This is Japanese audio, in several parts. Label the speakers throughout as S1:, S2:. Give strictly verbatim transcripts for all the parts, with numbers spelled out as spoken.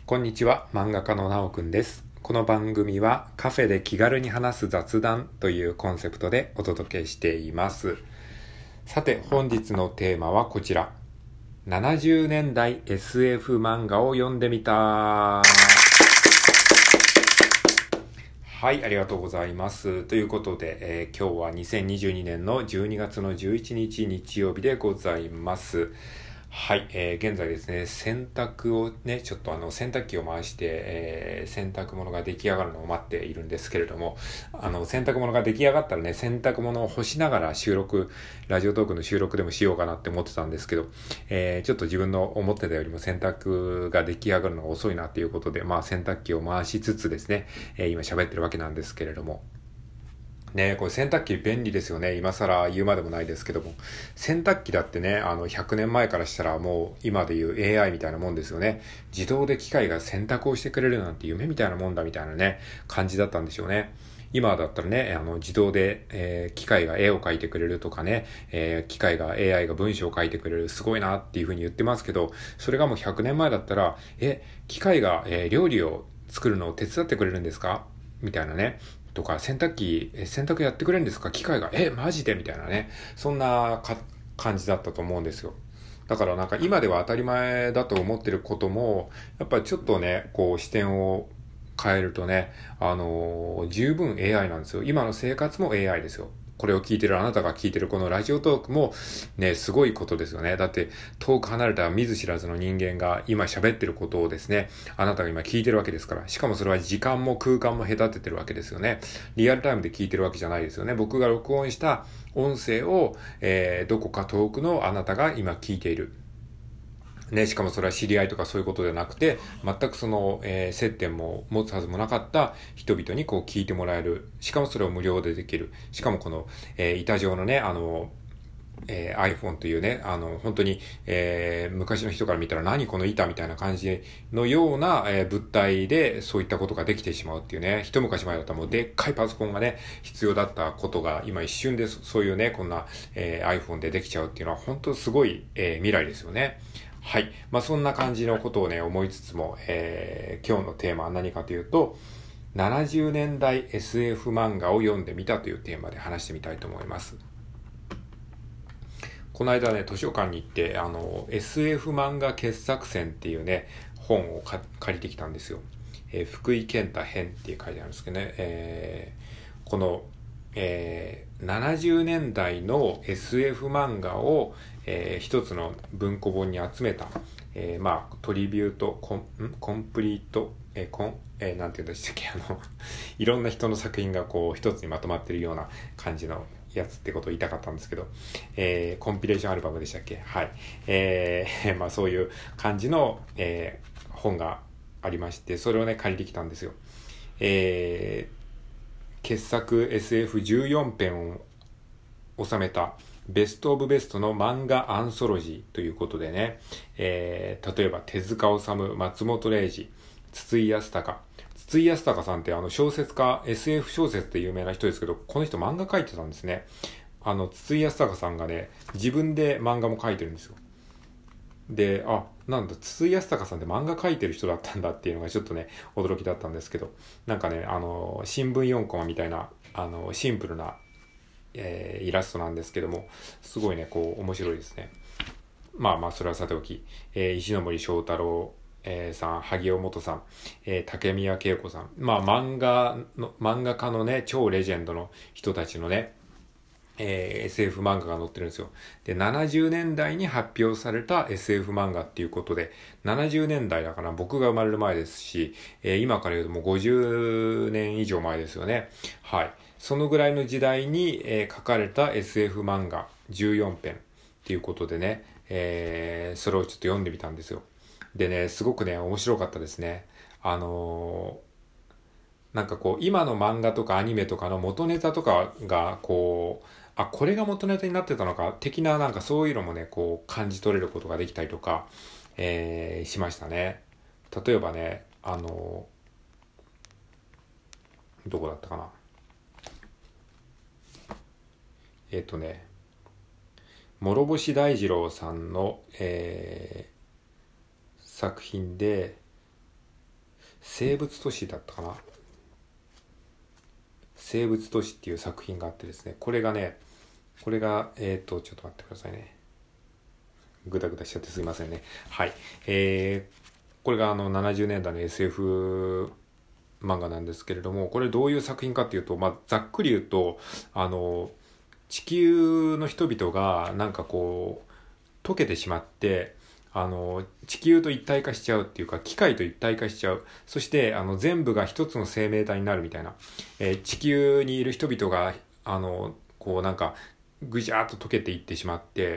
S1: こんにちは、漫画家のなおくんです。この番組はカフェで気軽に話す雑談というコンセプトでお届けしています。さて、本日のテーマはこちら。ななじゅうねんだい エスエフ 漫画を読んでみた。はい、ありがとうございます。ということで、えー、今日はにせんにじゅうにねんのじゅうにがつのじゅういちにち日曜日でございます。はい、えー、現在ですね、洗濯をね、ちょっとあの洗濯機を回して、えー、洗濯物が出来上がるのを待っているんですけれども、あの洗濯物が出来上がったらね、洗濯物を干しながら収録、ラジオトークの収録でもしようかなって思ってたんですけど、えー、ちょっと自分の思ってたよりも洗濯が出来上がるのが遅いなっていうことで、まあ洗濯機を回しつつですね、えー、今喋ってるわけなんですけれども、ね、これ洗濯機便利ですよね。今更言うまでもないですけども。洗濯機だってね、あのひゃくねんまえからしたらもう今でいう エーアイ みたいなもんですよね。自動で機械が洗濯をしてくれるなんて夢みたいなもんだみたいなね、感じだったんでしょうね。今だったらね、あの自動で、えー、機械が絵を描いてくれるとかね、えー、機械が エーアイ が文章を書いてくれる、すごいなっていう風に言ってますけど、それがもうひゃくねんまえだったら、え、機械が、えー、料理を作るのを手伝ってくれるんですかみたいなね。とか、洗濯機、え、洗濯やってくれるんですか機械が、え、マジでみたいなね。そんなか感じだったと思うんですよ。だからなんか今では当たり前だと思ってることも、やっぱりちょっとね、こう視点を変えるとね、あのー、十分 エーアイ なんですよ。今の生活も エーアイ ですよ。これを聞いてるあなたが聞いてるこのラジオトークもね、すごいことですよね。だって遠く離れた見ず知らずの人間が今喋ってることをですね、あなたが今聞いてるわけですから。しかもそれは時間も空間も隔ててるわけですよね。リアルタイムで聞いてるわけじゃないですよね。僕が録音した音声を、えー、どこか遠くのあなたが今聞いている。ね、しかもそれは知り合いとかそういうことではなくて、全くその、えー、接点も持つはずもなかった人々にこう聞いてもらえる。しかもそれを無料でできる。しかもこの、えー、板状のね、あの、えー、iPhone というね、あの、本当に、えー、昔の人から見たら何この板みたいな感じのような、えー、物体でそういったことができてしまうっていうね、一昔前だったらもうでっかいパソコンがね、必要だったことが今一瞬でそういうね、こんな、えー、iPhone でできちゃうっていうのは本当すごい、えー、未来ですよね。はい。まあ、そんな感じのことをね、思いつつも、えー、今日のテーマは何かというと、ななじゅうねんだい エスエフ 漫画を読んでみたというテーマで話してみたいと思います。この間ね、図書館に行って、あの、エスエフ 漫画傑作選っていうね、本を借りてきたんですよ。えー、福井健太編って書いてあるんですけどね、えー、この、えー、ななじゅうねんだいの エスエフ 漫画を、えー、一つの文庫本に集めた、えー、まあ、トリビュート、コン、んコンプリート、えー、コン、えー、なんて言うんでしたっけ、あの、いろんな人の作品がこう、一つにまとまってるような感じのやつってことを言いたかったんですけど、えー、コンピレーションアルバムでしたっけはい。えー、まあそういう感じの、えー、本がありまして、それをね、借りてきたんですよ。えー、傑作 エスエフじゅうよん 編を収めたベストオブベストの漫画アンソロジーということでね、えー、例えば手塚治虫、松本零士、筒井康隆。筒井康隆さんってあの小説家、エスエフ 小説で有名な人ですけど、この人漫画描いてたんですね。あの、筒井康隆さんがね、自分で漫画も描いてるんですよ。で、あ、なんだ、筒井康隆さんって漫画描いてる人だったんだっていうのがちょっとね、驚きだったんですけど、なんかね、あの、新聞よんコマみたいな、あの、シンプルな、えー、イラストなんですけども、すごいね、こう、面白いですね。まあまあ、それはさておき、えー、石ノ森章太郎、えー、さん、萩尾元さん、えー、竹宮恵子さん。まあ、漫画の、漫画家のね、超レジェンドの人たちのね、えー、エスエフ 漫画が載ってるんですよ。で、ななじゅうねんだいに発表された エスエフ 漫画っていうことで、ななじゅうねんだいだから僕が生まれる前ですし、えー、今から言うともうごじゅうねん以上前ですよね。はい。そのぐらいの時代に、えー、書かれた エスエフ 漫画じゅうよんぺんっていうことでね、えー、それをちょっと読んでみたんですよ。でね、すごくね、面白かったですね。あのー、なんかこう、今の漫画とかアニメとかの元ネタとかが、こう、あ、これが元ネタになってたのか、的ななんかそういうのもね、こう、感じ取れることができたりとか、えー、しましたね。例えばね、あのー、どこだったかな。えっとね、諸星大二郎さんの、えー、作品で、 生物都市だったかな。生物都市っていう作品があってですね、これがね、これが、えっと、ちょっと待ってくださいね。ぐだぐだしちゃってすいませんね。はい。えー、これがあのななじゅうねんだいの エスエフ 漫画なんですけれども、これどういう作品かっていうと、まあ、ざっくり言うと、あの、地球の人々がなんかこう、溶けてしまって、あの、地球と一体化しちゃうっていうか、機械と一体化しちゃう。そして、あの、全部が一つの生命体になるみたいな。えー地球にいる人々が、あの、こうなんか、ぐじゃーっと溶けていってしまって、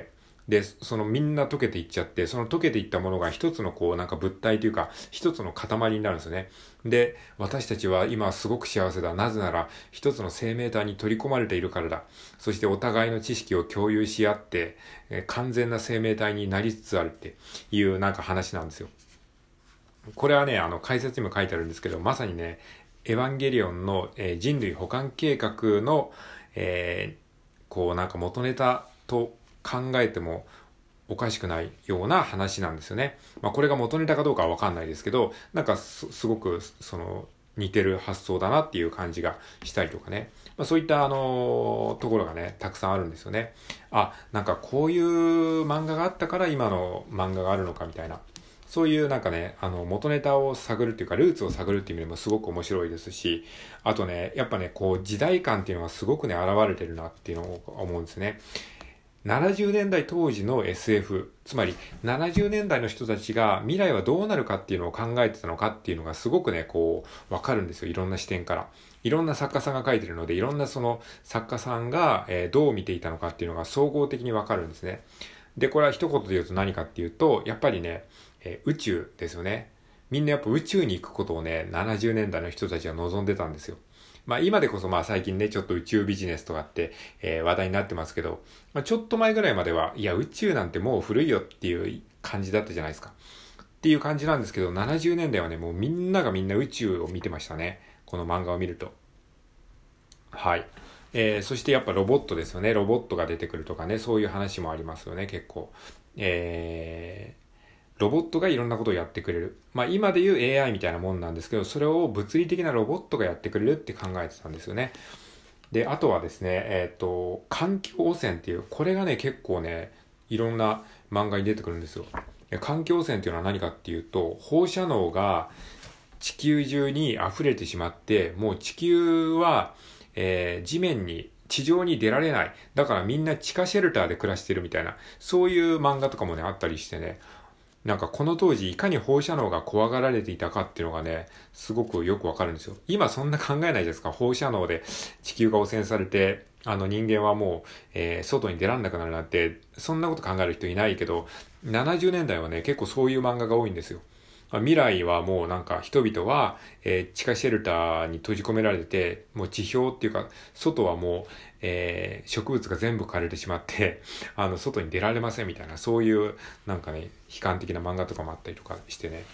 S1: で、そのみんな溶けていっちゃって、その溶けていったものが一つのこうなんか物体というか、一つの塊になるんですよね。で、私たちは今すごく幸せだ。なぜなら、一つの生命体に取り込まれているからだ。そしてお互いの知識を共有し合って、えー完全な生命体になりつつあるっていうなんか話なんですよ。これはね、あの解説にも書いてあるんですけど、まさにね、エヴァンゲリオンの、えー人類補完計画の、えーこうなんか元ネタと考えてもおかしくないような話なんですよね。まあこれが元ネタかどうかはわかんないですけど、なんかすすごくその似てる発想だなっていう感じがしたりとかね。まあそういったあのところがね、たくさんあるんですよね。あ、なんかこういう漫画があったから今の漫画があるのかみたいな。そういうなんかね、あの元ネタを探るっていうか、ルーツを探るっていう意味でもすごく面白いですし、あとね、やっぱね、こう時代感っていうのがすごくね、現れてるなっていうのを思うんですね。ななじゅうねんだい当時の エスエフ、つまりななじゅうねんだいの人たちが未来はどうなるかっていうのを考えてたのかっていうのがすごくね、こう、わかるんですよ。いろんな視点から。いろんな作家さんが書いてるので、いろんなその作家さんが、えーどう見ていたのかっていうのが総合的にわかるんですね。で、これは一言で言うと何かっていうと、やっぱりね、えー宇宙ですよね。みんなやっぱ宇宙に行くことをね、ななじゅうねんだいの人たちは望んでたんですよ。まあ今でこそまあ最近ね、ちょっと宇宙ビジネスとかって、えー話題になってますけど、まあ、ちょっと前ぐらいまでは、いや宇宙なんてもう古いよっていう感じだったじゃないですか。っていう感じなんですけど、ななじゅうねんだいはね、もうみんながみんな宇宙を見てましたね。この漫画を見ると。はい。えー、そしてやっぱロボットですよね。ロボットが出てくるとかね、そういう話もありますよね、結構。えー、ロボットがいろんなことをやってくれる。まあ今で言う エーアイ みたいなもんなんですけど、それを物理的なロボットがやってくれるって考えてたんですよね。で、あとはですね、えっと、環境汚染っていう、これがね、結構ね、いろんな漫画に出てくるんですよ。で環境汚染っていうのは何かっていうと、放射能が地球中に溢れてしまって、もう地球は、えー地面に、地上に出られない。だからみんな地下シェルターで暮らしてるみたいな、そういう漫画とかもね、あったりしてね、なんかこの当時いかに放射能が怖がられていたかっていうのがね、すごくよくわかるんですよ。今そんな考えないじゃないですか。放射能で地球が汚染されて、あの人間はもう、えー外に出られなくなるなんて、そんなこと考える人いないけど、ななじゅうねんだいはね、結構そういう漫画が多いんですよ。未来はもうなんか人々は、えー地下シェルターに閉じ込められて、もう地表っていうか、外はもう、えー植物が全部枯れてしまって、あの、外に出られませんみたいな、そういうなんかね、悲観的な漫画とかもあったりとかしてね。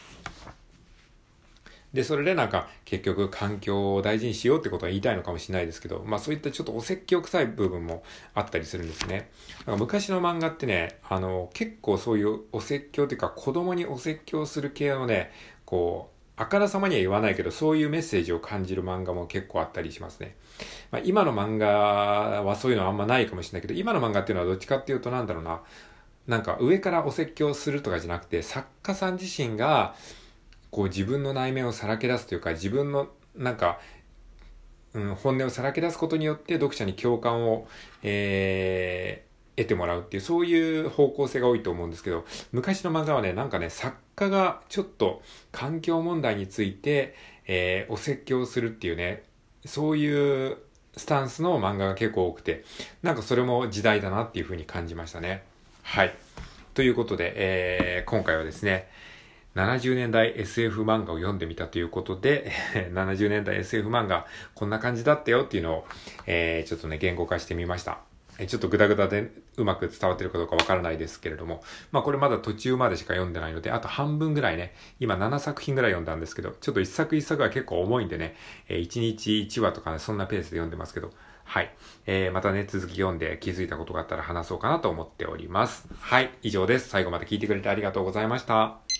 S1: で、それでなんか結局環境を大事にしようってことは言いたいのかもしれないですけど、まあそういったちょっとお説教臭い部分もあったりするんですね。なんか昔の漫画ってね、あの、結構そういうお説教っていうか子供にお説教する系のね、こう、あからさまには言わないけど、そういうメッセージを感じる漫画も結構あったりしますね。まあ今の漫画はそういうのはあんまないかもしれないけど、今の漫画っていうのはどっちかっていうとなんだろうな、なんか上からお説教するとかじゃなくて、作家さん自身が、こう自分の内面をさらけ出すというか、自分のなんか、うん、本音をさらけ出すことによって読者に共感を、えー得てもらうっていう、そういう方向性が多いと思うんですけど、昔の漫画はね、なんかね、作家がちょっと環境問題について、えーお説教するっていうね、そういうスタンスの漫画が結構多くて、なんかそれも時代だなっていうふうに感じましたね。はい。ということで、えー今回はですね、ななじゅうねんだい エスエフ 漫画を読んでみたということで、ななじゅうねんだい エスエフ 漫画こんな感じだったよっていうのを、えー、ちょっとね、言語化してみました。えちょっとグダグダでうまく伝わってるかどうかわからないですけれども、まあこれまだ途中までしか読んでないので、あと半分ぐらいね、今ななさく品ぐらい読んだんですけど、ちょっと一作一作は結構重いんでね、えー、いちにちいちわとかね、そんなペースで読んでますけど、はい。えー、またね、続き読んで気づいたことがあったら話そうかなと思っております。はい、以上です。最後まで聞いてくれてありがとうございました。